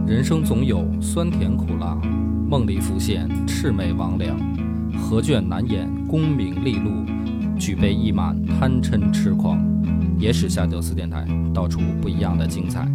人生总有酸甜苦辣，梦里浮现魑魅魍魉，何卷难掩功名利禄，举杯一满贪嗔痴狂。野史下酒四电台，道出不一样的精彩。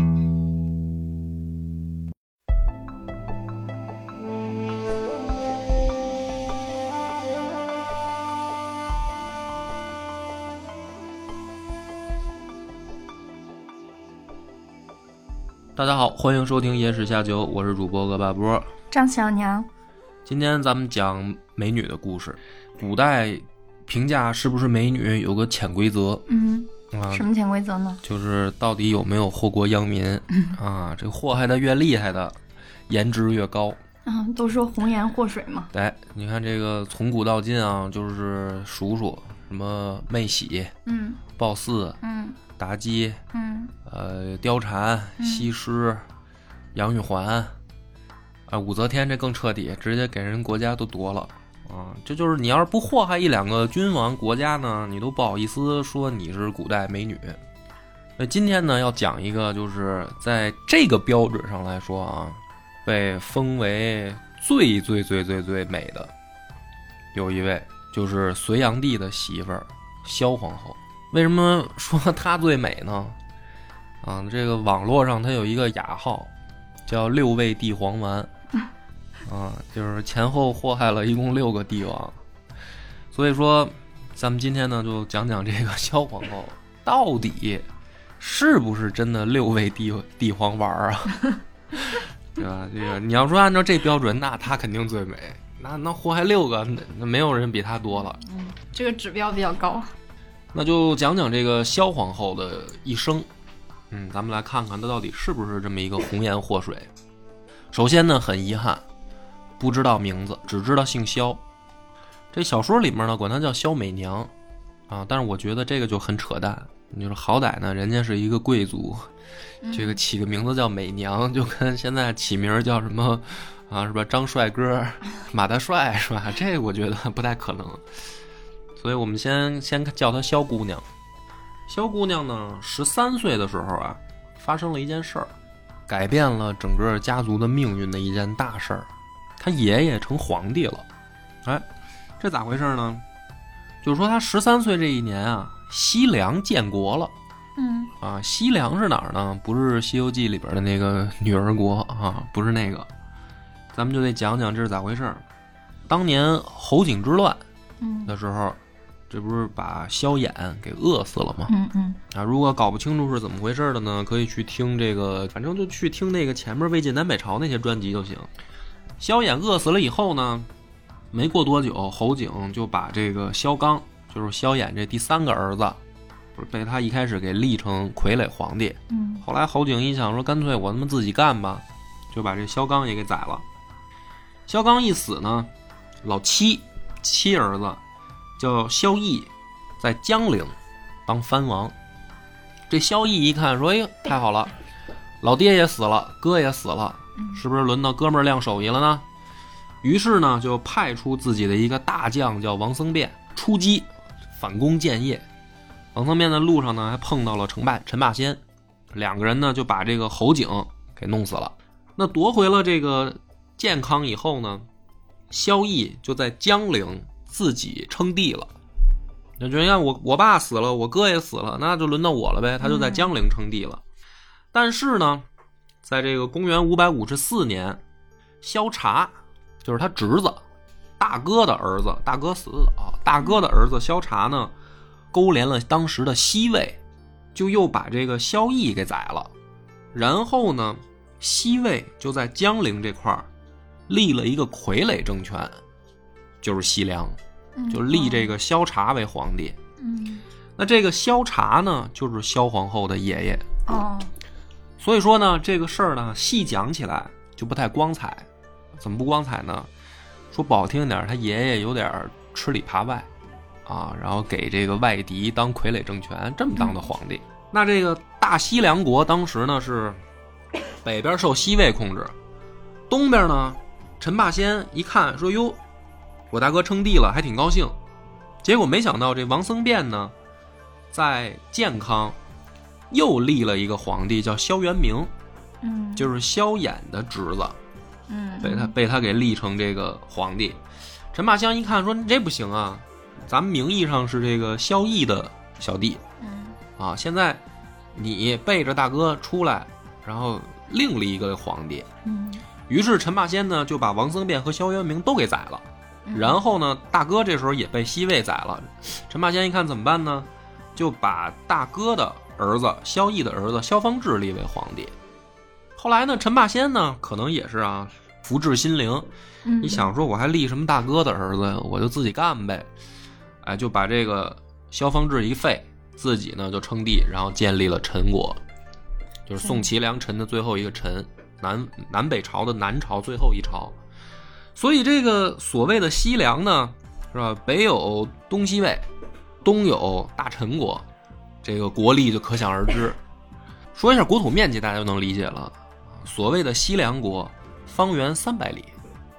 大家好，欢迎收听野史下酒，我是主播恶霸波， 张小娘。 今天咱们讲美女的故事。古代评价是不是美女有个潜规则， 什么潜规则呢？ 就是到底有没有祸国殃民啊？这个祸害的越厉害的，颜值越高。 都说红颜祸水嘛。 对，你看这个从古到今啊，就是数数什么妹喜，褒姒，妲己，貂蝉，西施，杨玉环，武则天这更彻底，直接给人国家都夺了啊！这就是你要是不祸害一两个君王国家呢，你都不好意思说你是古代美女。那今天呢，要讲一个就是在这个标准上来说啊，被封为最美的，有一位就是隋炀帝的媳妇儿萧皇后。为什么说她最美呢？这个网络上它有一个雅号叫六味地黄丸就是前后祸害了一共6个帝王。所以说咱们今天呢就讲讲这个萧皇后到底是不是真的6味地黄丸啊对吧？这个你要说按照这标准，那她肯定最美，那祸害6个，那没有人比她多了。 这个指标比较高。 那就讲讲这个萧皇后的一生。咱们来看看她到底是不是这么一个红颜祸水。首先呢，很遗憾，不知道名字，只知道姓萧。这小说里面呢，管她叫萧美娘但是我觉得这个就很扯淡。你说好歹呢，人家是一个贵族，这个起个名字叫美娘，就跟现在起名叫什么是吧？张帅哥、马大帅是吧？这个我觉得不太可能。所以我们先叫她萧姑娘。萧姑娘呢，13岁的时候发生了一件事儿，改变了整个家族的命运的一件大事儿。她爷爷成皇帝了。这咋回事呢？就是说她13岁这一年西凉建国了。西凉是哪儿呢？不是《西游记》里边的那个女儿国不是那个。咱们就得讲讲这是咋回事。当年侯景之乱的时候，这不是把萧衍给饿死了吗？如果搞不清楚是怎么回事的呢，可以去听这个，反正就去听那个前面魏晋南北朝那些专辑就行。萧衍饿死了以后呢，没过多久，侯景就把这个萧纲，就是萧衍这第3个儿子，不是被他一开始给立成傀儡皇帝。后来侯景一想说，干脆我他妈自己干吧，就把这萧纲也给宰了。萧纲一死呢，老七儿子叫萧绎，在江陵当藩王。这萧绎一看说，太好了，老爹也死了，哥也死了，是不是轮到哥们儿亮手艺了呢？于是呢，就派出自己的一个大将叫王僧辩出击反攻建业。王僧辩的路上呢，还碰到了陈霸先，2个人呢就把这个侯景给弄死了。那夺回了这个建康以后呢，萧绎就在江陵自己称帝了。那就像我爸死了，我哥也死了，那就轮到我了呗。他就在江陵称帝了。但是呢，在这个公元554年，萧察就是他侄子大哥的儿子，大哥死了大哥的儿子萧察呢，勾连了当时的西魏，就又把这个萧绎给宰了。然后呢，西魏就在江陵这块立了一个傀儡政权，就是西凉，就立这个萧察为皇帝。那这个萧察呢，就是萧皇后的爷爷。所以说呢，这个事儿呢，细讲起来就不太光彩。怎么不光彩呢？说不好听点，他爷爷有点吃里扒外然后给这个外敌当傀儡政权，这么当的皇帝。那这个大西凉国当时呢是北边受西魏控制，东边呢陈霸先一看说，哟，我大哥称帝了，还挺高兴。结果没想到这王僧辩呢，在建康又立了一个皇帝叫萧元明。 就是萧衍的侄子，被他给立成这个皇帝。陈霸先一看说这不行啊，咱们名义上是这个萧绎的小弟，现在你背着大哥出来，然后另立一个皇帝，于是陈霸先呢就把王僧辩和萧渊明都给宰了，然后呢大哥这时候也被西魏宰了。陈霸先一看怎么办呢，就把大哥的儿子萧绎的儿子萧方智立为皇帝。后来呢陈霸先呢可能也是福至心灵，你想说我还立什么大哥的儿子，我就自己干呗，就把这个萧方智一废，自己呢就称帝，然后建立了陈国，就是宋齐梁陈的最后一个陈，南北朝的南朝最后一朝。所以这个所谓的西凉呢，是吧？北有东西魏，东有大陈国，这个国力就可想而知。说一下国土面积，大家就能理解了。所谓的西凉国，方圆300里。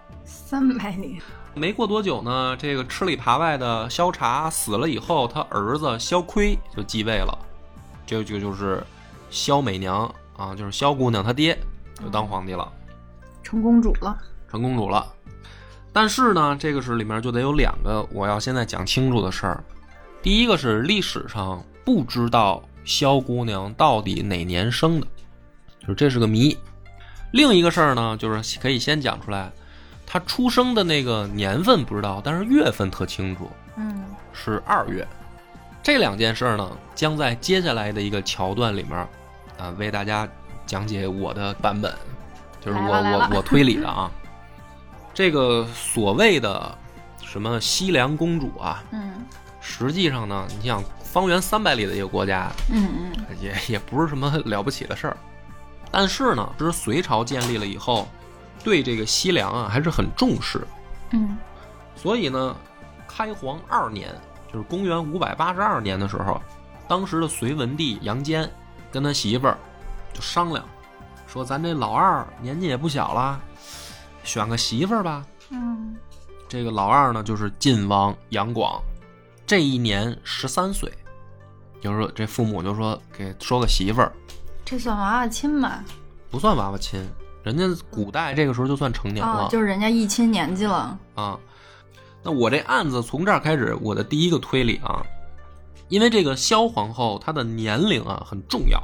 300里。 没过多久呢，这个吃里扒外的萧察死了以后，他儿子萧岿就继位了，这就是萧美娘啊，就是萧姑娘她爹就当皇帝了， 成公主了。 但是呢，这个是里面就得有2个我要现在讲清楚的事儿。第一个是历史上不知道萧姑娘到底哪年生的，就是这是个谜。另一个事儿呢，就是可以先讲出来，她出生的那个年份不知道，但是月份特清楚，是2月。这2件事呢，将在接下来的一个桥段里面为大家讲解我的版本，就是我推理的啊。这个所谓的什么西凉公主啊，实际上呢，你想方圆300里的一个国家，也不是什么了不起的事儿。但是呢，这是隋朝建立了以后，对这个西凉还是很重视。所以呢，开皇2年，就是公元582年的时候，当时的隋文帝杨坚跟他媳妇儿就商量，说咱这老二年纪也不小了，选个媳妇儿吧。这个老二呢就是晋王杨广，这一年13岁，就是说这父母就说给说个媳妇儿。 这算娃娃亲吧？ 不算娃娃亲，人家古代这个时候就算成年了， 就是人家一亲年纪了啊。那我这案子从这儿开始，我的第一个推理啊，因为这个萧皇后她的年龄很重要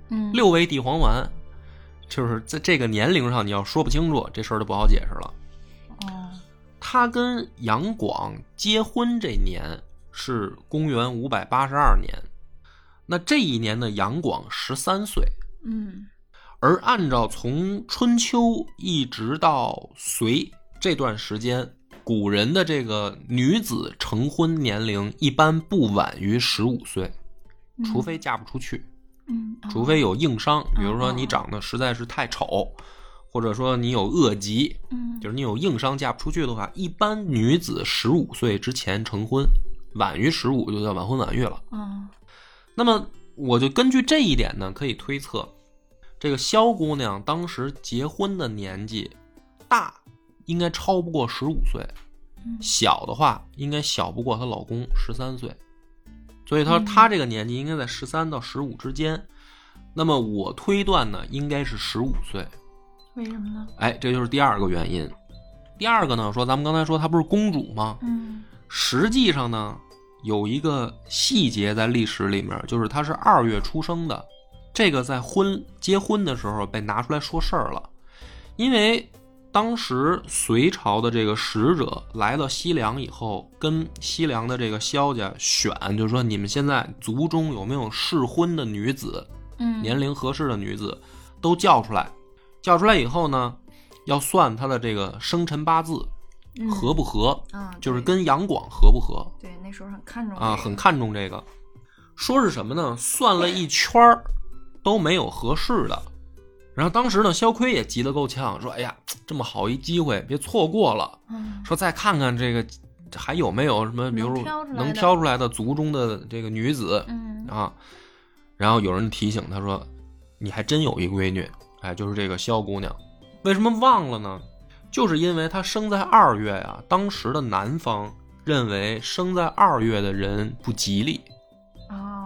，6味地黄丸，就是在这个年龄上你要说不清楚，这事儿就不好解释了。她跟杨广结婚这年是公元582年，那这一年的杨广13岁，而按照从春秋一直到隋这段时间，古人的这个女子成婚年龄一般不晚于15岁，除非嫁不出去，除非有硬伤，比如说你长得实在是太丑，或者说你有恶疾，就是你有硬伤嫁不出去的话，一般女子15岁之前成婚，晚于15就叫晚婚晚育了。那么我就根据这一点呢，可以推测，这个萧姑娘当时结婚的年纪大应该超不过15岁，小的话应该小不过她老公13岁，所以她这个年纪应该在13到15之间。那么我推断呢，应该是15岁。 为什么呢？ 这就是第2个原因。第2个呢，说咱们刚才说她不是公主吗？实际上呢，有一个细节在历史里面，就是她是2月出生的，这个在结婚的时候被拿出来说事儿了。因为当时隋朝的这个使者来到西凉以后，跟西凉的这个萧家选，就是说你们现在族中有没有适婚的女子，年龄合适的女子都叫出来，叫出来以后呢，要算她的这个生辰八字合不合，就是跟杨广合不合。 对，那时候很看重很看重这个。说是什么呢？算了一圈都没有合适的。然后当时呢，萧岿也急得够呛，说：“哎呀，这么好一机会，别错过了。说再看看这个还有没有什么，比如能挑出来的族中的这个女子啊。”然后有人提醒他说：“你还真有一闺女，就是这个萧姑娘。为什么忘了呢？就是因为她生在2月呀，当时的南方认为生在2月的人不吉利。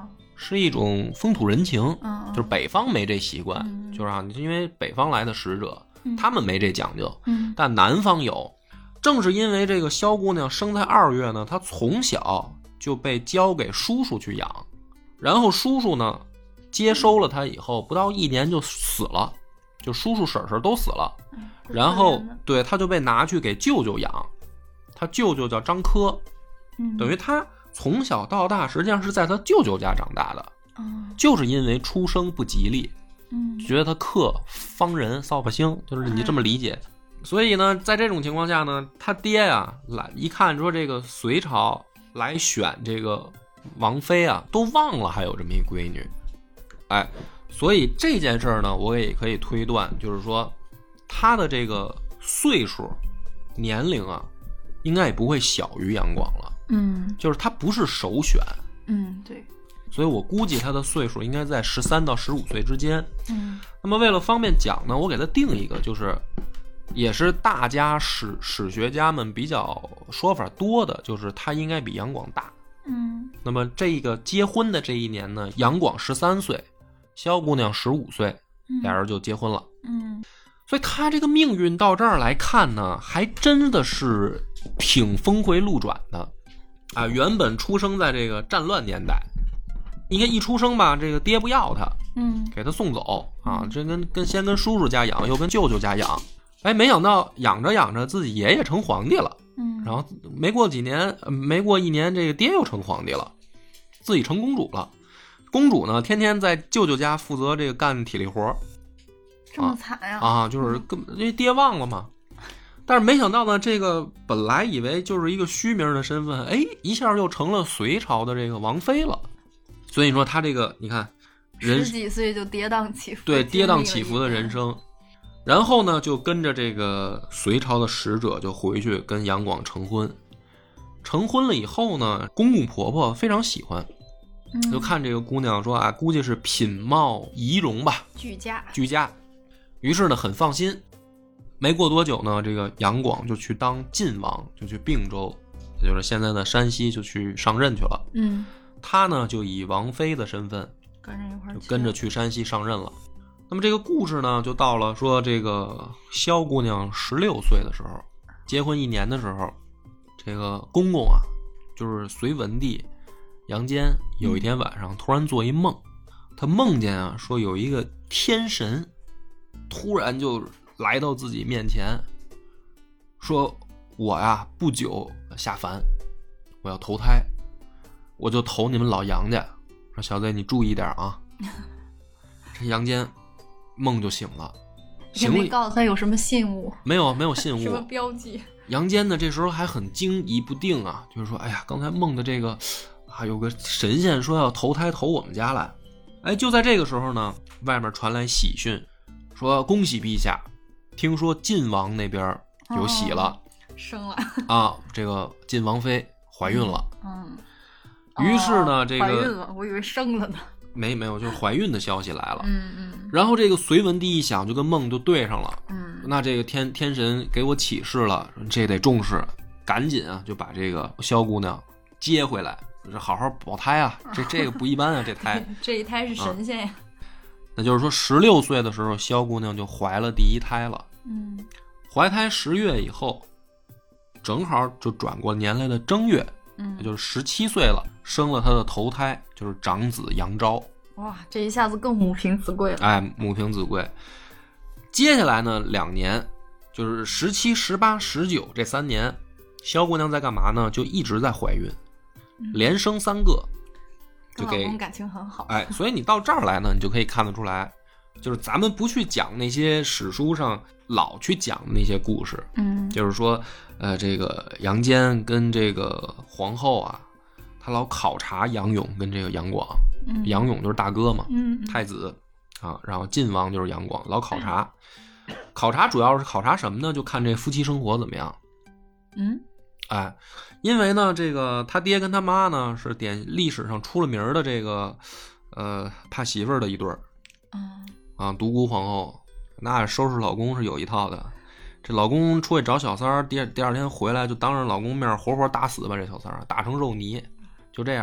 是一种风土人情，就是北方没这习惯，就是啊，因为北方来的使者，他们没这讲究，但南方有。正是因为这个萧姑娘生在2月呢，她从小就被交给叔叔去养，然后叔叔呢接收了她以后，不到1年就死了，就叔叔婶婶都死了，然后对，她就被拿去给舅舅养，她舅舅叫张科，等于她从小到大实际上是在她舅舅家长大的，就是因为出生不吉利，觉得他克方人扫把星，就是你这么理解。所以呢，在这种情况下呢，他爹呀来一看说这个隋朝来选这个王妃啊，都忘了还有这么一闺女，哎，所以这件事呢，我也可以推断，就是说他的这个岁数、年龄啊，应该也不会小于杨广了，就是他不是首选， 对。 所以我估计他的岁数应该在13到15岁之间。那么为了方便讲呢，我给他定一个，就是也是大家史学家们比较说法多的，就是他应该比杨广大。那么这个结婚的这一年呢，杨广13岁，萧姑娘15岁，俩人就结婚了。所以他这个命运到这儿来看呢，还真的是挺峰回路转的啊！原本出生在这个战乱年代。你看一出生吧，这个爹不要他，给他送走啊，这先跟叔叔家养，又跟舅舅家养，哎，没想到养着养着自己爷爷成皇帝了，然后没过1年，这个爹又成皇帝了，自己成公主了。公主呢，天天在舅舅家负责这个干体力活， 这么惨呀！ 啊，就是因为爹忘了嘛。但是没想到呢，这个本来以为就是一个虚名的身份，哎，一下又成了隋朝的这个王妃了。所以你说他这个，你看 10几岁就跌宕起伏， 对，跌宕起伏的人生。然后呢，就跟着这个隋朝的使者就回去跟杨广成婚。成婚了以后呢，公公婆婆非常喜欢，就看这个姑娘说啊，估计是品貌仪容吧， 俱佳。 于是呢，很放心。没过多久呢，这个杨广就去当晋王，就去并州，也就是现在的山西，就去上任去了。他呢就以王妃的身份跟着去山西上任了。那么这个故事呢，就到了说这个萧姑娘16岁的时候，结婚1年的时候，这个公公啊，就是隋文帝杨坚，有一天晚上突然做一梦，他梦见啊，说有一个天神突然就来到自己面前，说我呀不久下凡，我要投胎，我就投你们老杨家，说小子你注意点啊。这杨坚梦就醒了， 也没告诉他有什么信物， 没有信物， 什么标记。 杨坚呢这时候还很惊疑不定啊，就是说哎呀，刚才梦的这个啊，有个神仙说要投胎投我们家来。哎，就在这个时候呢，外面传来喜讯，说恭喜陛下，听说晋王那边有喜了， 生了啊，这个晋王妃怀孕了。于是呢，这个怀孕了，我以为生了呢。 没有，就是怀孕的消息来了。然后这个隋文帝一想，就跟梦就对上了。那这个天神给我启示了，这得重视，赶紧啊就把这个萧姑娘接回来，好好保胎啊。这个不一般啊，这胎这一胎是神仙呀。 那就是说16岁的时候，萧姑娘就怀了第一胎了。怀胎10月以后，正好就转过年来的正月，也就是17岁了，生了她的头胎，就是长子杨昭。 哇，这一下子更母凭子贵了。 哎，母凭子贵。接下来呢2年，就是17、18、19这3年，萧姑娘在干嘛呢？就一直在怀孕，连生3个，就给老公感情很好。 哎，所以你到这儿来呢，你就可以看得出来，就是咱们不去讲那些史书上老去讲的那些故事，就是说，这个杨坚跟这个皇后啊，他老考察杨勇跟这个杨广，杨勇就是大哥嘛，太子啊，然后晋王就是杨广，老考察，考察主要是考察什么呢？就看这夫妻生活怎么样。哎，因为呢，这个他爹跟他妈呢是历史上出了名的这个怕媳妇儿的一对儿，啊，独孤皇后，那收拾老公是有一套的。这老公出去找小三儿，第二天回来就当着老公面活活打死吧，这小三儿打成肉泥，就这样。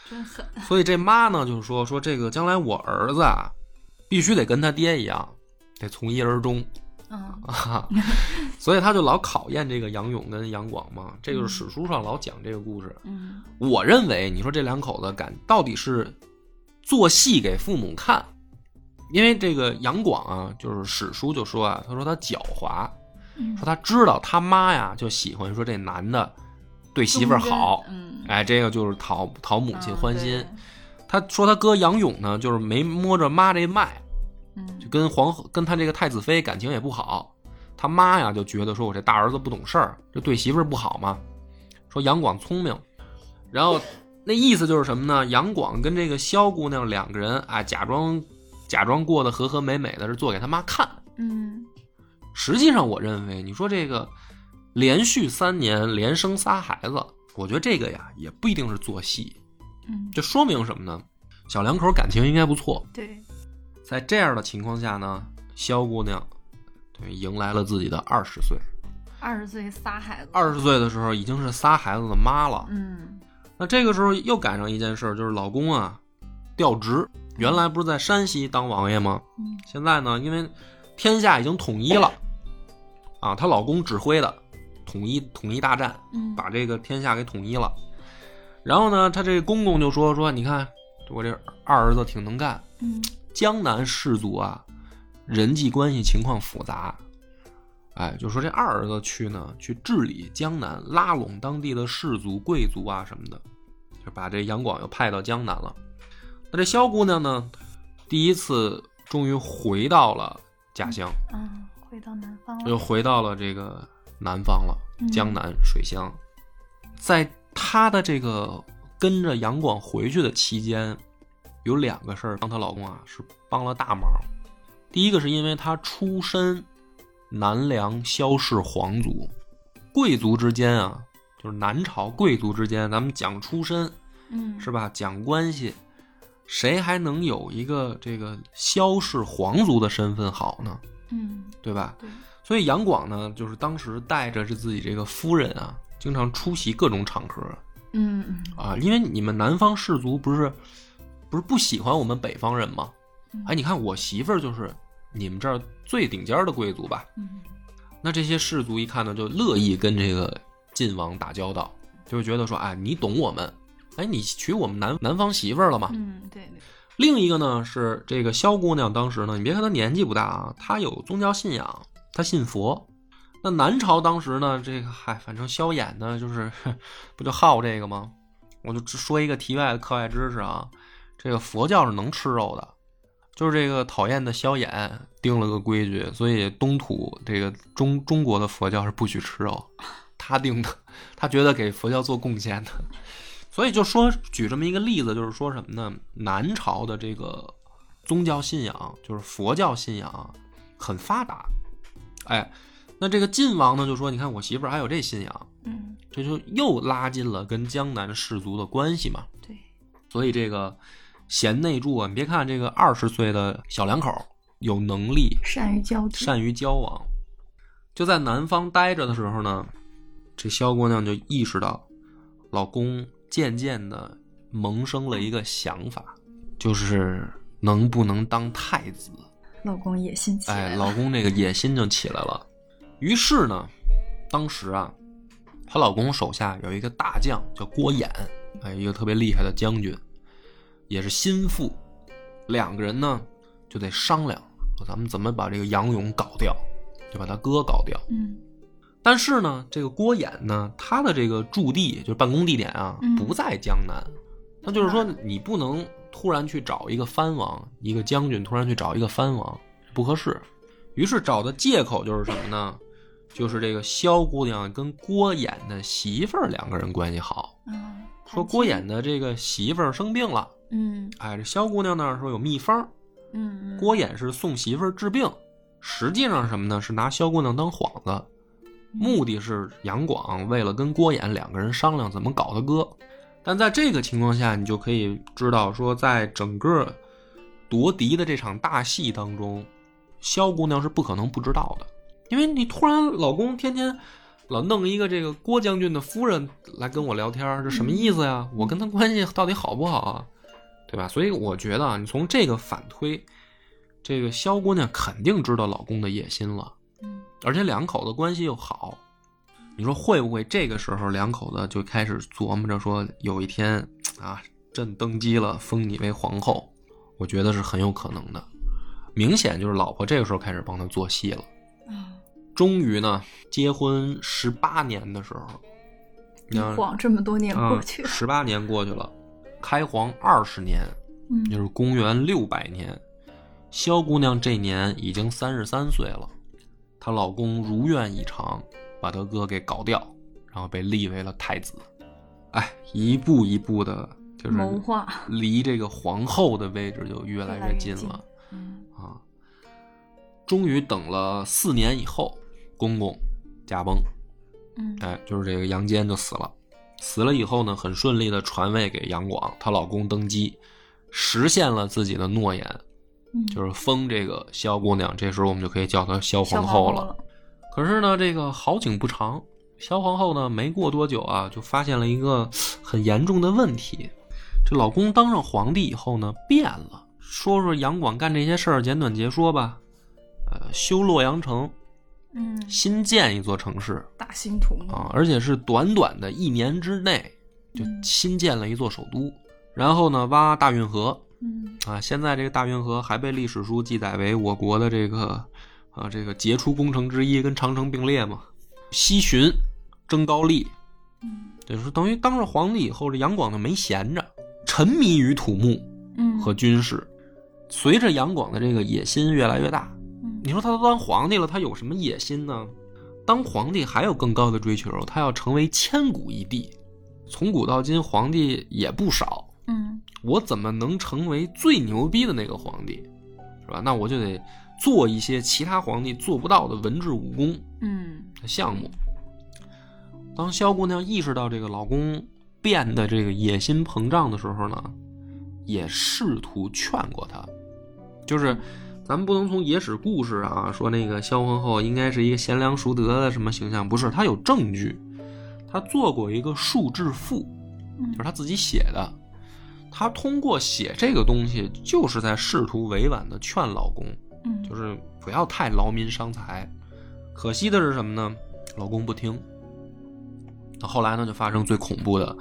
真狠。 所以这妈呢就是说这个将来我儿子啊，必须得跟他爹一样，得从一而终。所以他就老考验这个杨勇跟杨广嘛，这个是史书上老讲这个故事。我认为你说这两口子到底是做戏给父母看，因为这个杨广啊，就是史书就说啊，他说他狡猾，说他知道他妈呀就喜欢说这男的对媳妇儿好，哎，这个就是讨母亲欢心。他说他哥杨勇呢，就是没摸着妈这脉，就跟他这个太子妃感情也不好。他妈呀就觉得说我这大儿子不懂事儿，这对媳妇儿不好嘛。说杨广聪明，然后那意思就是什么呢？杨广跟这个萧姑娘两个人啊，假装过得和和美美的，是做给他妈看。实际上我认为，你说这个连续3年连生仨孩子，我觉得这个呀也不一定是做戏。这说明什么呢？小两口感情应该不错。 对， 在这样的情况下呢，萧姑娘对迎来了自己的20岁。 20岁仨孩子 ，20岁的时候已经是仨孩子的妈了。那这个时候又赶上一件事，就是老公啊调职，原来不是在山西当王爷吗？现在呢，因为天下已经统一了啊，她老公指挥的统一大战，把这个天下给统一了。然后呢，他这公公就说你看我这二儿子挺能干，江南士族啊人际关系情况复杂，哎，就说这二儿子去治理江南，拉拢当地的士族贵族啊什么的，就把这杨广又派到江南了。那这萧姑娘呢，第一次终于回到了家乡， 回到南方了， 又回到了这个南方了，江南水乡。在她的这个跟着杨广回去的期间，有2个事儿帮她老公啊是帮了大忙。第一个是因为她出身南梁萧氏皇族，贵族之间啊，就是南朝贵族之间，咱们讲出身，是吧？讲关系，谁还能有一个这个萧氏皇族的身份好呢？对吧？ 对。 所以杨广呢，就是当时带着自己这个夫人啊，经常出席各种场合。因为你们南方士族不是不喜欢我们北方人吗？哎，你看我媳妇儿就是你们这儿最顶尖的贵族吧？那这些士族一看呢，就乐意跟这个晋王打交道，就觉得说，哎，你懂我们，哎，你娶我们南方媳妇儿了嘛？ 对。 另一个呢是这个萧姑娘，当时呢，你别看她年纪不大啊，她有宗教信仰，她信佛。那南朝当时呢，这个反正萧衍呢，就是不就好这个吗？我就只说一个题外的课外知识啊，这个佛教是能吃肉的，就是这个讨厌的萧衍定了个规矩，所以东土这个中国的佛教是不许吃肉，他定的，他觉得给佛教做贡献的。所以就说举这么一个例子，就是说什么呢？南朝的这个宗教信仰，就是佛教信仰很发达。哎，那这个晋王呢就说，你看我媳妇儿还有这信仰，这就又拉近了跟江南士族的关系嘛。 对。 所以这个贤内助啊，你别看这个20岁的小两口有能力， 善于交往，就在南方待着的时候呢，这萧姑娘就意识到老公渐渐的萌生了一个想法，就是能不能当太子。 老公野心起来了， 老公这个野心就起来了。于是呢，当时啊，她老公手下有一个大将叫郭衍，一个特别厉害的将军，也是心腹。2个人呢就得商量，说咱们怎么把这个杨勇搞掉，就把他哥搞掉。但是呢，这个郭衍呢，他的这个驻地就是办公地点啊，不在江南。那就是说，你不能突然去找一个藩王，一个将军突然去找一个藩王，不合适。于是找的借口就是什么呢？就是这个萧姑娘跟郭衍的媳妇儿2个人关系好。说郭衍的这个媳妇儿生病了，这萧姑娘呢说有秘方，郭衍是送媳妇儿治病，实际上什么呢？是拿萧姑娘当幌子。目的是杨广为了跟郭衍2个人商量怎么搞他哥。但在这个情况下，你就可以知道说，在整个夺嫡的这场大戏当中，萧姑娘是不可能不知道的。因为你突然老公天天老弄一个这个郭将军的夫人来跟我聊天，这什么意思呀？我跟他关系到底好不好啊？对吧？所以我觉得啊，你从这个反推，这个萧姑娘肯定知道老公的野心了，而且两口子关系又好，你说会不会这个时候两口子就开始琢磨着说，有一天啊，朕登基了，封你为皇后？我觉得是很有可能的。明显就是老婆这个时候开始帮他做戏了。终于呢，结婚18年的时候， 晃这么多年过去了 ，18年过去了，开皇20年，就是公元600年。萧姑娘这年已经33岁了，她老公如愿以偿，把她哥给搞掉，然后被立为了太子。哎，一步一步的，就是谋划， 离这个皇后的位置就越来越近了。终于等了4年以后，公公驾崩，就是这个杨坚就死了。死了以后呢，很顺利的传位给杨广，她老公登基，实现了自己的诺言，就是封这个萧姑娘，这时候我们就可以叫她萧皇后了。可是呢，这个好景不长，萧皇后呢没过多久啊，就发现了一个很严重的问题。这老公当上皇帝以后呢，变了。说说杨广干这些事儿，简短截说吧。修洛阳城，新建一座城市， 大兴土木而且是短短的1年之内就新建了一座首都。然后呢，挖大运河，现在这个大运河还被历史书记载为我国的这个杰出工程之一，跟长城并列嘛。西巡，征高丽，就是等于当上皇帝以后，这杨广就没闲着，沉迷于土木和军事。随着杨广的这个野心越来越大，你说他都当皇帝了，他有什么野心呢？当皇帝还有更高的追求，他要成为千古一帝。从古到今，皇帝也不少，我怎么能成为最牛逼的那个皇帝，是吧？那我就得做一些其他皇帝做不到的文治武功项目。当萧姑娘意识到这个老公变得这个野心膨胀的时候呢，也试图劝过他。就是咱们不能从野史故事啊说那个萧皇后应该是一个贤良淑德的什么形象，不是，她有证据。她做过一个述志赋，就是她自己写的。她通过写这个东西，就是在试图委婉的劝老公，就是不要太劳民伤财。可惜的是什么呢？老公不听。后来呢，就发生最恐怖的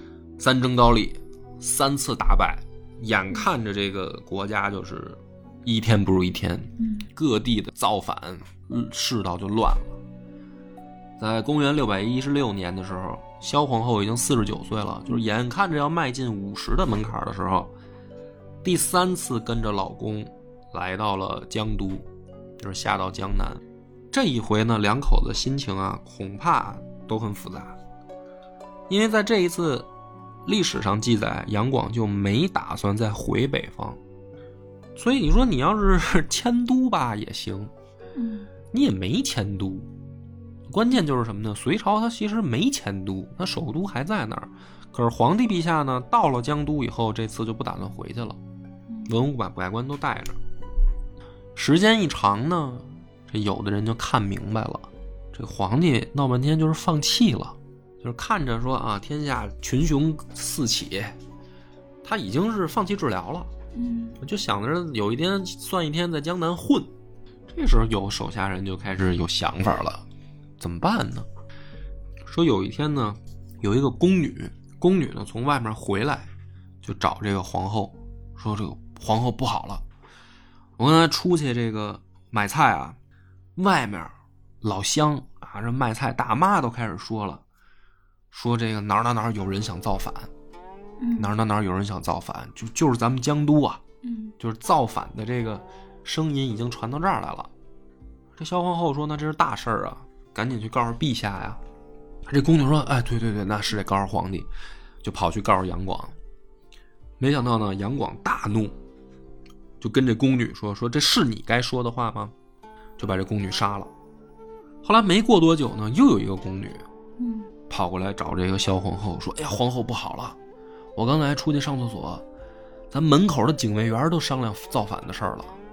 3征高丽，3次大败，眼看着这个国家就是一天不如一天，各地的造反世道就乱了。在公元616年的时候，萧皇后已经49岁了，就是眼看着要迈进50的门槛的时候，第3次跟着老公来到了江都，就是下到江南。这一回呢，两口子心情啊恐怕都很复杂，因为在这一次历史上记载，杨广就没打算再回北方。所以你说你要是迁都吧也行，你也没迁都。关键就是什么呢？隋朝它其实没迁都，它首都还在那儿。可是皇帝陛下呢，到了江都以后，这次就不打算回去了，文武百官都带着。时间一长呢，这有的人就看明白了，这个皇帝闹半天就是放弃了，就是看着说啊，天下群雄四起，他已经是放弃治疗了。就想着有一天算一天在江南混。这时候有手下人就开始有想法了，怎么办呢？说有一天呢，有一个宫女呢从外面回来，就找这个皇后，说这个皇后不好了，我刚才出去这个买菜啊，外面老乡啊，这卖菜大妈都开始说了，说这个哪儿有人想造反，哪儿有人想造反，就是咱们江都啊，就是造反的这个声音已经传到这儿来了。这萧皇后说，那这是大事儿啊，赶紧去告诉陛下呀。这宫女说，哎，对，那是得告诉皇帝，就跑去告诉杨广。没想到呢，杨广大怒，就跟这宫女说这是你该说的话吗？就把这宫女杀了。后来没过多久呢，又有一个宫女跑过来找这个萧皇后说，哎呀，皇后不好了，我刚才出去上厕所，咱门口的警卫员都商量造反的事儿了。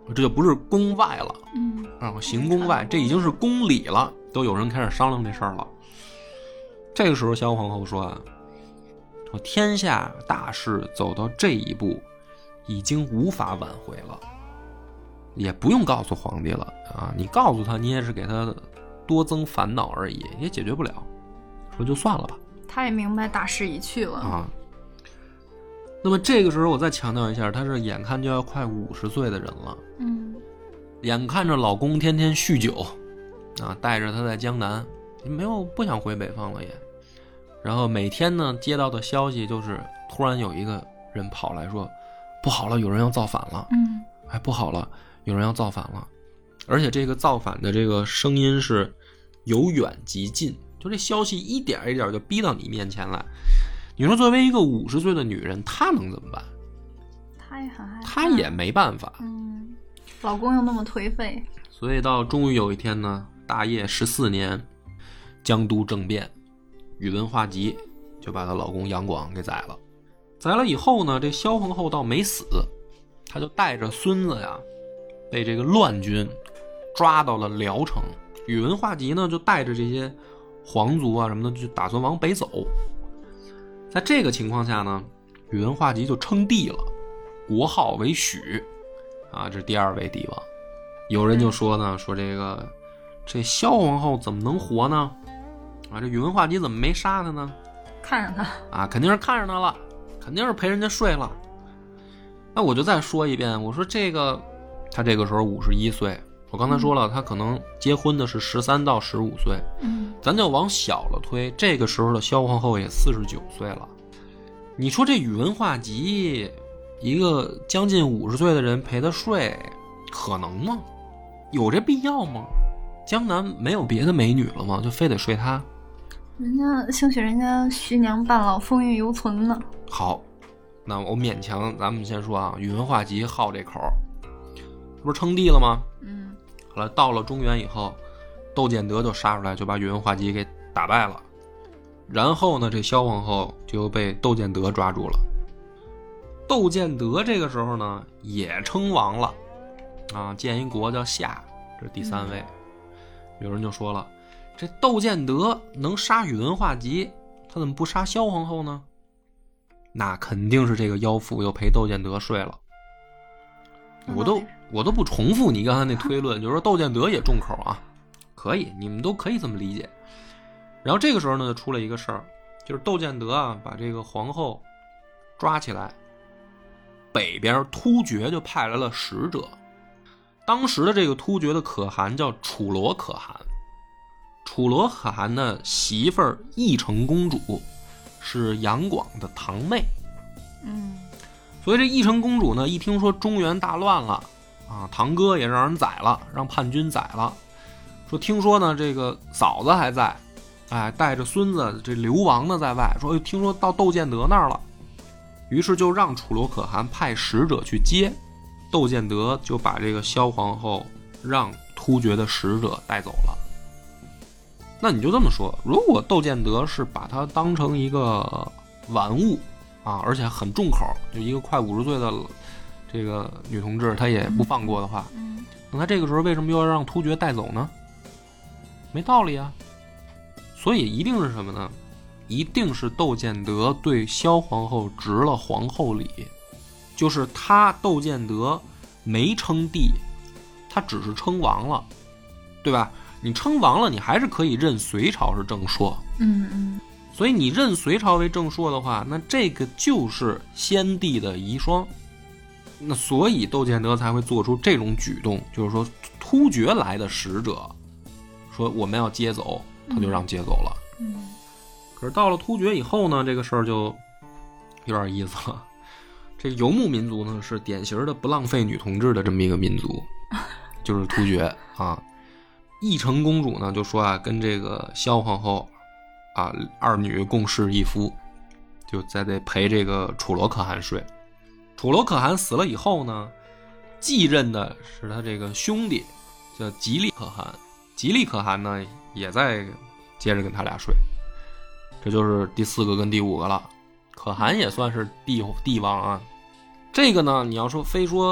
这就不是宫外了，行宫外，这已经是宫里了，都有人开始商量这事儿了。这个时候萧皇后说啊，说天下大事走到这一步，已经无法挽回了，也不用告诉皇帝了啊！你告诉他，你也是给他多增烦恼而已，也解决不了。说就算了吧。 他也明白大势已去了啊。那么这个时候我再强调一下，他是眼看就要快50岁的人了，眼看着老公天天酗酒啊，带着他在江南，不想回北方了也。然后每天呢接到的消息就是突然有一个人跑来说不好了，有人要造反了，不好了，有人要造反了。而且这个造反的这个声音是由远及近，就这消息一点一点就逼到你面前来。你说作为一个50岁的女人，她能怎么办？ 她也很害怕， 她也没办法。 老公又那么颓废， 所以到终于有一天呢，大业14年，江都政变，宇文化及就把她老公杨广给宰了。宰了以后呢，这萧皇后倒没死，她就带着孙子呀，被这个乱军抓到了聊城。宇文化及呢，就带着这些皇族啊什么的，就打算往北走。在这个情况下呢，宇文化及就称帝了，国号为许啊，这是第2位帝王。有人就说呢，说这萧皇后怎么能活呢？啊，这宇文化及怎么没杀他呢？ 看上他啊，肯定是看上他了，肯定是陪人家睡了。那我就再说一遍，我说他这个时候51岁，我刚才说了，他可能结婚的是13到15岁，咱就往小了推，这个时候的萧皇后也49岁了。你说这宇文化及一个将近50岁的人陪他睡，可能吗？有这必要吗？江南没有别的美女了吗？就非得睡他？ 人家兴许人家徐娘半老风韵犹存呢。 好，那我勉强咱们先说啊，宇文化及好这口，不是称帝了吗？后来到了中原以后，窦建德就杀出来，就把宇文化及给打败了。然后呢，这萧皇后就被窦建德抓住了。窦建德这个时候呢也称王了啊，建一国叫夏，这是第3位。有人就说了，这窦建德能杀宇文化及，他怎么不杀萧皇后呢？那肯定是这个妖妇又陪窦建德睡了。我都不重复你刚才那推论，就是说窦建德也重口啊，可以，你们都可以这么理解。然后这个时候呢，就出了一个事儿，就是窦建德啊，把这个皇后抓起来，北边突厥就派来了使者。当时的这个突厥的可汗叫楚罗可汗，楚罗可汗的媳妇儿义成公主是杨广的堂妹。所以这义成公主呢，一听说中原大乱了啊，堂哥也让人宰了，让叛军宰了，说听说呢这个嫂子还在，带着孙子这流亡呢在外，说听说到窦建德那儿了，于是就让楚罗可汗派使者去接。窦建德就把这个萧皇后让突厥的使者带走了。那你就这么说，如果窦建德是把她当成一个玩物啊，而且很重口，就一个快50岁的这个女同志他也不放过的话，那他这个时候为什么又要让突厥带走呢？没道理啊。所以一定是什么呢？一定是窦建德对萧皇后执了皇后礼，就是他窦建德没称帝，他只是称王了，对吧？你称王了，你还是可以认隋朝是正朔。所以你认隋朝为正朔的话，那这个就是先帝的遗孀。那所以窦建德才会做出这种举动，就是说突厥来的使者说我们要接走，他就让接走了。可是到了突厥以后呢，这个事儿就有点意思了。这个游牧民族呢是典型的不浪费女同志的这么一个民族，就是突厥啊。义成公主呢就说啊，跟这个萧皇后啊2女共侍一夫，就再得陪这个楚罗可汗睡。楚罗可汗死了以后呢，继任的是他这个兄弟叫吉利可汗，吉利可汗呢也在接着跟他俩睡。这就是第4个跟第5个了。可汗也算是帝王啊。这个呢，你要说非说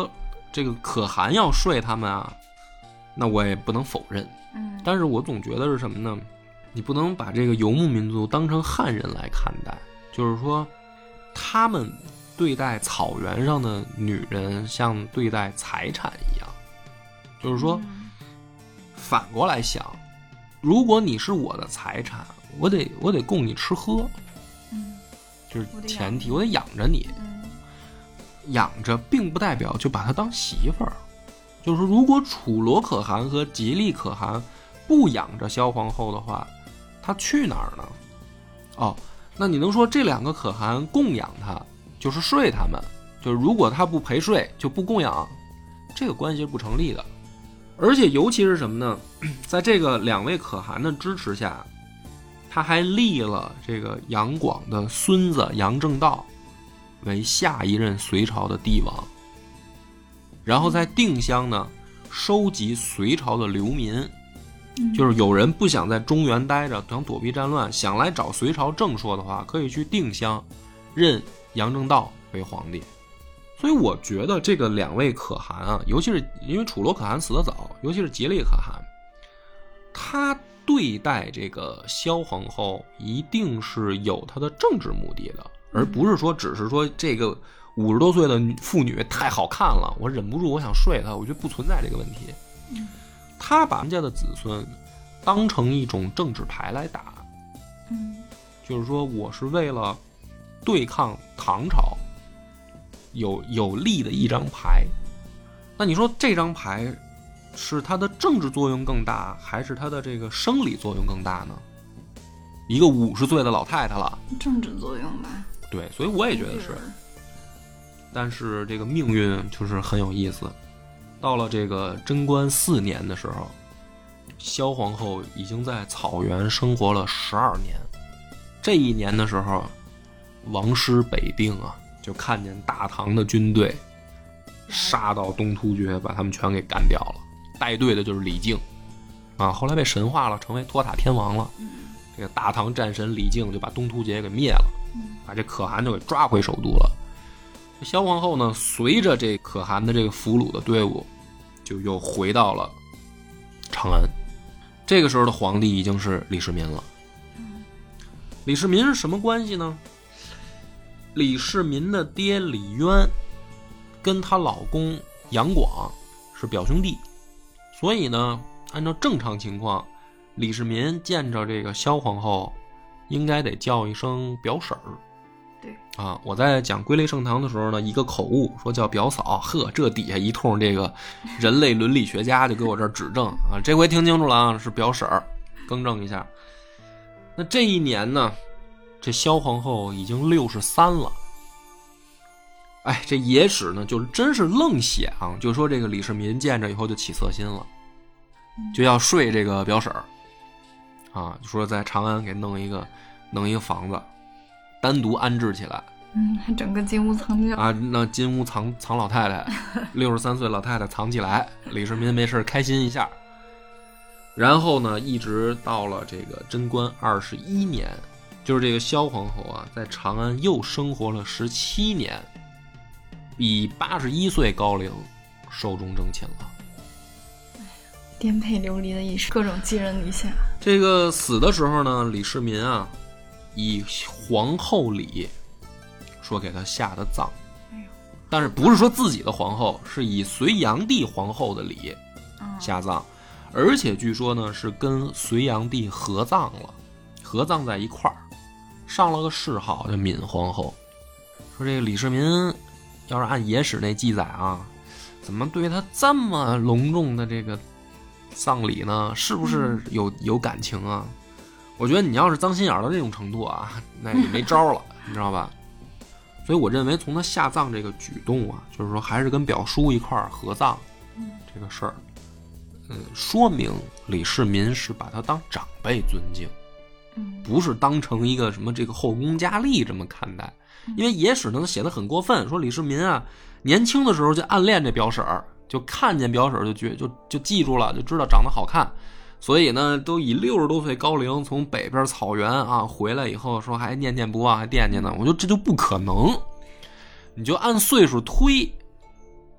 这个可汗要睡他们啊，那我也不能否认。但是我总觉得是什么呢？你不能把这个游牧民族当成汉人来看待，就是说他们对待草原上的女人像对待财产一样，就是说反过来想，如果你是我的财产，我得供你吃喝，就是前提我得养着你，养着并不代表就把她当媳妇儿。就是说如果楚罗可汗和吉利可汗不养着萧皇后的话，他去哪儿呢？哦，那你能说这两个可汗供养他就是睡他们，就是如果他不陪睡就不供养，这个关系是不成立的。而且尤其是什么呢，在这个两位可汗的支持下，他还立了这个杨广的孙子杨正道为下一任隋朝的帝王，然后在定襄呢收集隋朝的流民，就是有人不想在中原待着，想躲避战乱，想来找隋朝正说的话，可以去定襄任杨正道为皇帝。所以我觉得这个两位可汗啊，尤其是因为楚罗可汗死得早，尤其是吉利可汗，他对待这个萧皇后一定是有他的政治目的的，而不是说只是说这个50多岁的妇女太好看了，我忍不住我想睡她，我觉得不存在这个问题。他把人家的子孙当成一种政治牌来打，就是说我是为了对抗唐朝有利的一张牌。那你说这张牌是它的政治作用更大，还是它的这个生理作用更大呢？一个50岁的老太太了， 政治作用吧。 对，所以我也觉得是。但是这个命运就是很有意思。到了这个贞观4年的时候，萧皇后已经在草原生活了12年。这一年的时候，王师北定啊，就看见大唐的军队杀到东突厥，把他们全给干掉了。带队的就是李靖啊，后来被神化了，成为托塔天王了。这个大唐战神李靖就把东突厥给灭了，把这可汗就给抓回首都了。萧皇后呢，随着这可汗的这个俘虏的队伍，就又回到了长安。这个时候的皇帝已经是李世民了。李世民是什么关系呢？李世民的爹李渊跟她老公杨广是表兄弟，所以呢，按照正常情况，李世民见着这个萧皇后，应该得叫一声表婶儿。 对啊，我在讲归类盛唐的时候呢，一个口误说叫表嫂，呵，这底下一通这个人类伦理学家就给我这儿指正啊，这回听清楚了啊，是表婶儿，更正一下。那这一年呢，这萧皇后已经63了。哎，这野史呢，就是真是愣写啊，就说这个李世民见着以后就起色心了，就要睡这个表婶儿啊，就说在长安给弄一个房子。单独安置起来， 还整个金屋藏娇啊！那金屋藏老太太，63岁老太太藏起来，李世民没事开心一下。然后呢，一直到了这个贞观21年，就是这个萧皇后啊，在长安又生活了17年，以81岁高龄寿终正寝了。 颠沛流离的一生，各种寄人篱下。 这个死的时候呢，李世民啊，以皇后礼说给他下的葬，但是不是说自己的皇后，是以隋炀帝皇后的礼下葬，而且据说呢是跟隋炀帝合葬了，合葬在一块儿，上了个谥号叫敏皇后。说这个李世民要是按野史那记载啊，怎么对他这么隆重的这个葬礼呢？是不是有感情啊？我觉得你要是脏心眼到这种程度啊，那也没招了，你知道吧？所以我认为从他下葬这个举动啊，就是说还是跟表叔一块儿合葬这个事儿，说明李世民是把他当长辈尊敬，不是当成一个什么这个后宫佳丽这么看待。因为野史呢写得很过分，说李世民啊年轻的时候就暗恋这表婶儿，就看见表婶儿就记住了，就知道长得好看。所以呢，都以60多岁高龄从北边草原啊回来以后，说还念念不忘，还惦记呢。我觉得这就不可能。你就按岁数推，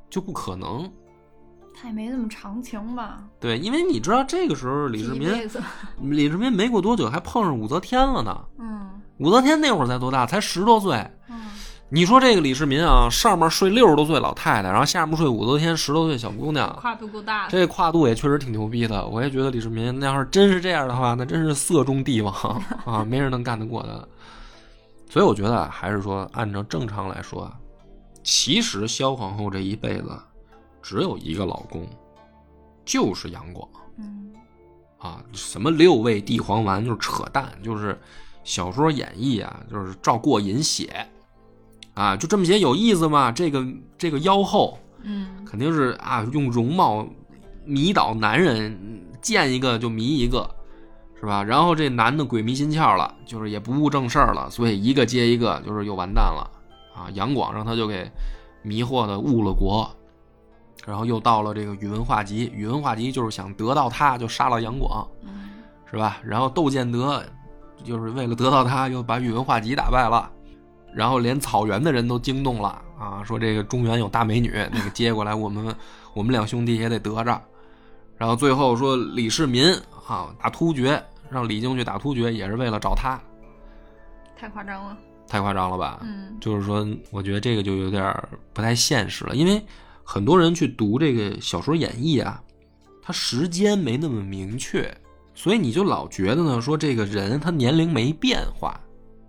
就不可能。 他也没那么长情吧？ 对，因为你知道这个时候李世民没过多久还碰上武则天了呢。武则天那会儿才多大？才10多岁。你说这个李世民啊，上面睡60多岁老太太，然后下面睡武则天10多岁小姑娘， 跨度够大的。 这跨度也确实挺牛逼的。我也觉得李世民那要是真是这样的话，那真是色中帝王啊，没人能干得过他。所以我觉得还是说，按照正常来说啊，其实萧皇后这一辈子只有一个老公，就是杨广。什么6味地黄丸就是扯淡，就是小说演绎啊，就是照过瘾写啊，就这么写有意思吗？这个妖后，肯定是啊，用容貌迷倒男人，见一个就迷一个，是吧？然后这男的鬼迷心窍了，就是也不务正事了，所以一个接一个，就是又完蛋了啊！杨广让他就给迷惑的误了国，然后又到了这个宇文化及，宇文化及就是想得到他，就杀了杨广，是吧？然后窦建德就是为了得到他，又把宇文化及打败了。然后连草原的人都惊动了啊，说这个中原有大美女，那个接过来我们两兄弟也得得着。然后最后说李世民打突厥，让李靖去打突厥，也是为了找他。 太夸张了， 太夸张了吧？就是说，我觉得这个就有点不太现实了，因为很多人去读这个小说演绎啊，他时间没那么明确，所以你就老觉得呢，说这个人他年龄没变化。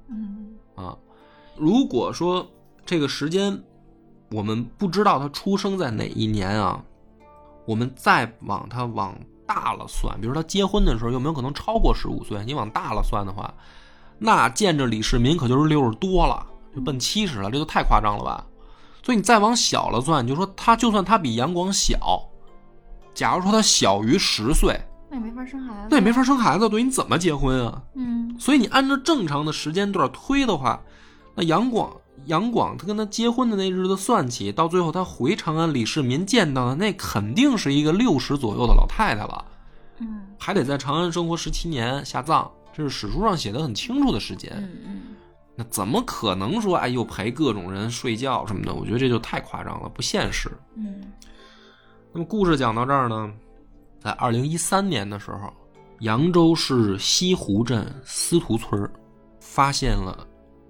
如果说这个时间我们不知道他出生在哪一年啊，我们再往大了算，比如他结婚的时候有没有可能超过15岁，你往大了算的话，那见着李世民可就是60多了，就奔70了，这就太夸张了吧。所以你再往小了算，你就说他就算他比杨广小，假如说他小于10岁， 那也没法生孩子， 那也没法生孩子，对，你怎么结婚啊？所以你按照正常的时间段推的话，那杨广他跟他结婚的那日子算起，到最后他回长安，李世民见到的那肯定是一个60左右的老太太了。还得在长安生活17年下葬，这是史书上写的很清楚的时间。那怎么可能说又陪各种人睡觉什么的？我觉得这就太夸张了，不现实。那么故事讲到这儿呢，在2013年的时候，扬州市西湖镇司徒村发现了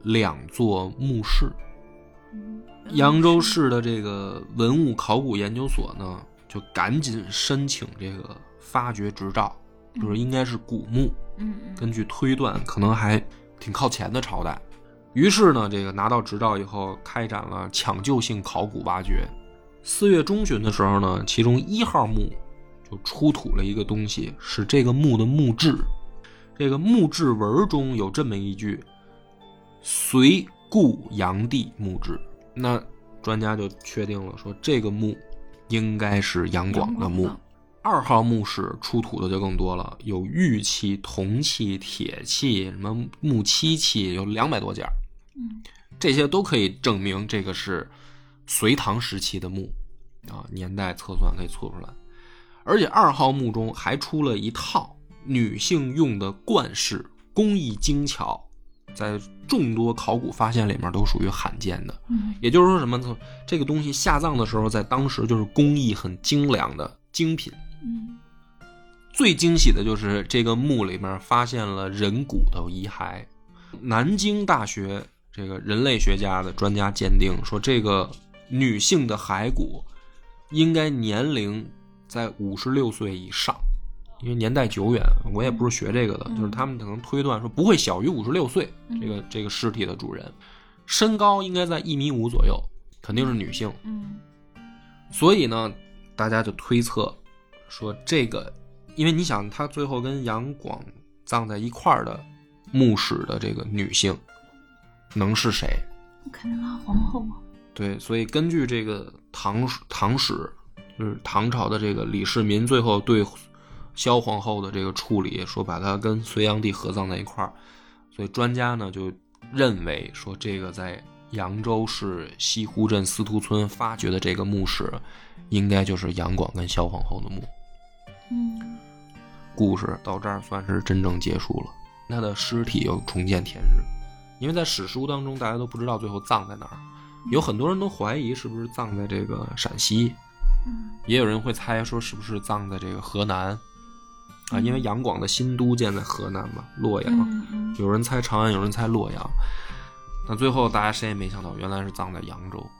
2座墓室。扬州市的这个文物考古研究所呢，就赶紧申请这个发掘执照，就是应该是古墓。根据推断，可能还挺靠前的朝代。于是呢，这个拿到执照以后，开展了抢救性考古挖掘。4月中旬的时候呢，其中1号墓就出土了一个东西，是这个墓的墓志。这个墓志文中有这么一句：隋故杨帝墓志。那专家就确定了，说这个墓应该是杨广的墓。2号墓室出土的就更多了，有玉器、铜器、铁器，什么木漆器，有200多件。这些都可以证明这个是隋唐时期的墓啊，年代测算可以测出来。而且2号墓中还出了一套女性用的冠饰，工艺精巧，在众多考古发现里面都属于罕见的。也就是说什么呢？这个东西下葬的时候，在当时就是工艺很精良的精品。最惊喜的就是这个墓里面发现了人骨的遗骸。南京大学这个人类学家的专家鉴定说，这个女性的骸骨应该年龄在56岁以上，因为年代久远，我也不是学这个的，就是他们可能推断说不会小于56岁。这个尸体的主人身高应该在1.5米左右，肯定是女性。所以呢，大家就推测说这个，因为你想他最后跟杨广葬在一块儿的墓室的这个女性能是谁？ 肯定是皇后啊。 对，所以根据这个唐史，就是唐朝的这个李世民最后对萧皇后的这个处理，说把她跟隋炀帝合葬在一块儿，所以专家呢就认为说，这个在扬州市西湖镇司徒村发掘的这个墓室，应该就是杨广跟萧皇后的墓。故事到这儿算是真正结束了。他的尸体又重见天日，因为在史书当中大家都不知道最后葬在哪儿， 有很多人都怀疑是不是葬在这个陕西，也有人会猜说是不是葬在这个河南啊，因为杨广的新都建在河南嘛，洛阳。有人猜长安，有人猜洛阳，但最后大家谁也没想到，原来是葬在扬州。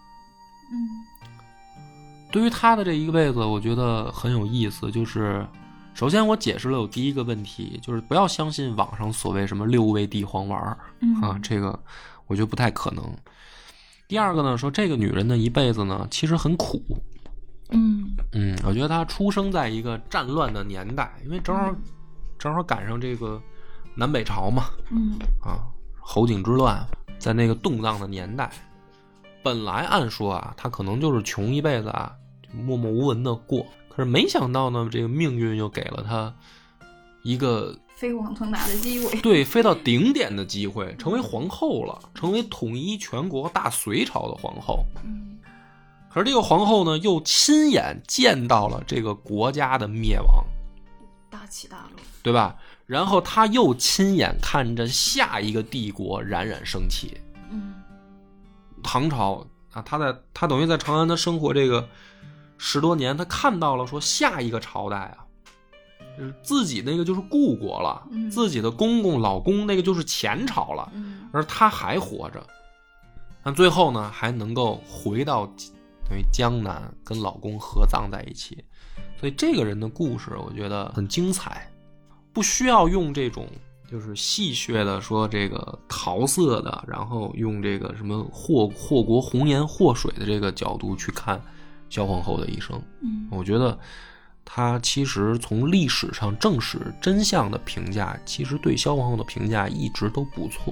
对于他的这一辈子，我觉得很有意思，就是首先我解释了有第一个问题，就是不要相信网上所谓什么6味地黄丸啊，这个我觉得不太可能。第二个呢，说这个女人的一辈子呢其实很苦。我觉得她出生在一个战乱的年代，因为正好赶上这个南北朝嘛，侯景之乱，在那个动荡的年代，本来按说啊，她可能就是穷一辈子啊，默默无闻的过，可是没想到呢，这个命运又给了她一个飞黄腾达的机会， 对，飞到顶点的机会，成为皇后了，成为统一全国大隋朝的皇后。可是这个皇后呢，又亲眼见到了这个国家的灭亡， 大起大落， 对吧？然后她又亲眼看着下一个帝国冉冉升起。唐朝啊，她等于在长安，她生活这个10多年，她看到了说下一个朝代啊，自己那个就是故国了，自己的公公老公那个就是前朝了，而她还活着，但最后呢，还能够回到等于江南跟老公合葬在一起。所以这个人的故事我觉得很精彩，不需要用这种就是戏谑的说这个桃色的，然后用这个什么祸国红颜祸水的这个角度去看萧皇后的一生。我觉得他其实从历史上正史真相的评价，其实对萧皇后的评价一直都不错。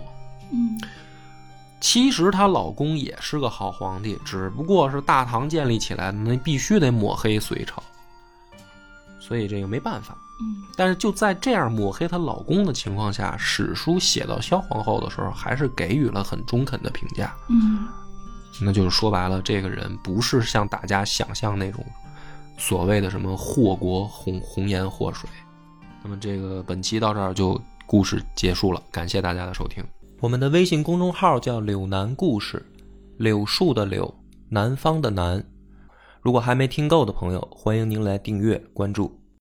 其实她老公也是个好皇帝，只不过是大唐建立起来的，那必须得抹黑隋朝，所以这个没办法。但是就在这样抹黑她老公的情况下，史书写到萧皇后的时候，还是给予了很中肯的评价。那就是说白了，这个人不是像大家想象那种所谓的什么祸国红颜祸水。那么这个本期到这儿就故事结束了，感谢大家的收听。我们的微信公众号叫柳南故事，柳树的柳，南方的南。如果还没听够的朋友，欢迎您来订阅关注。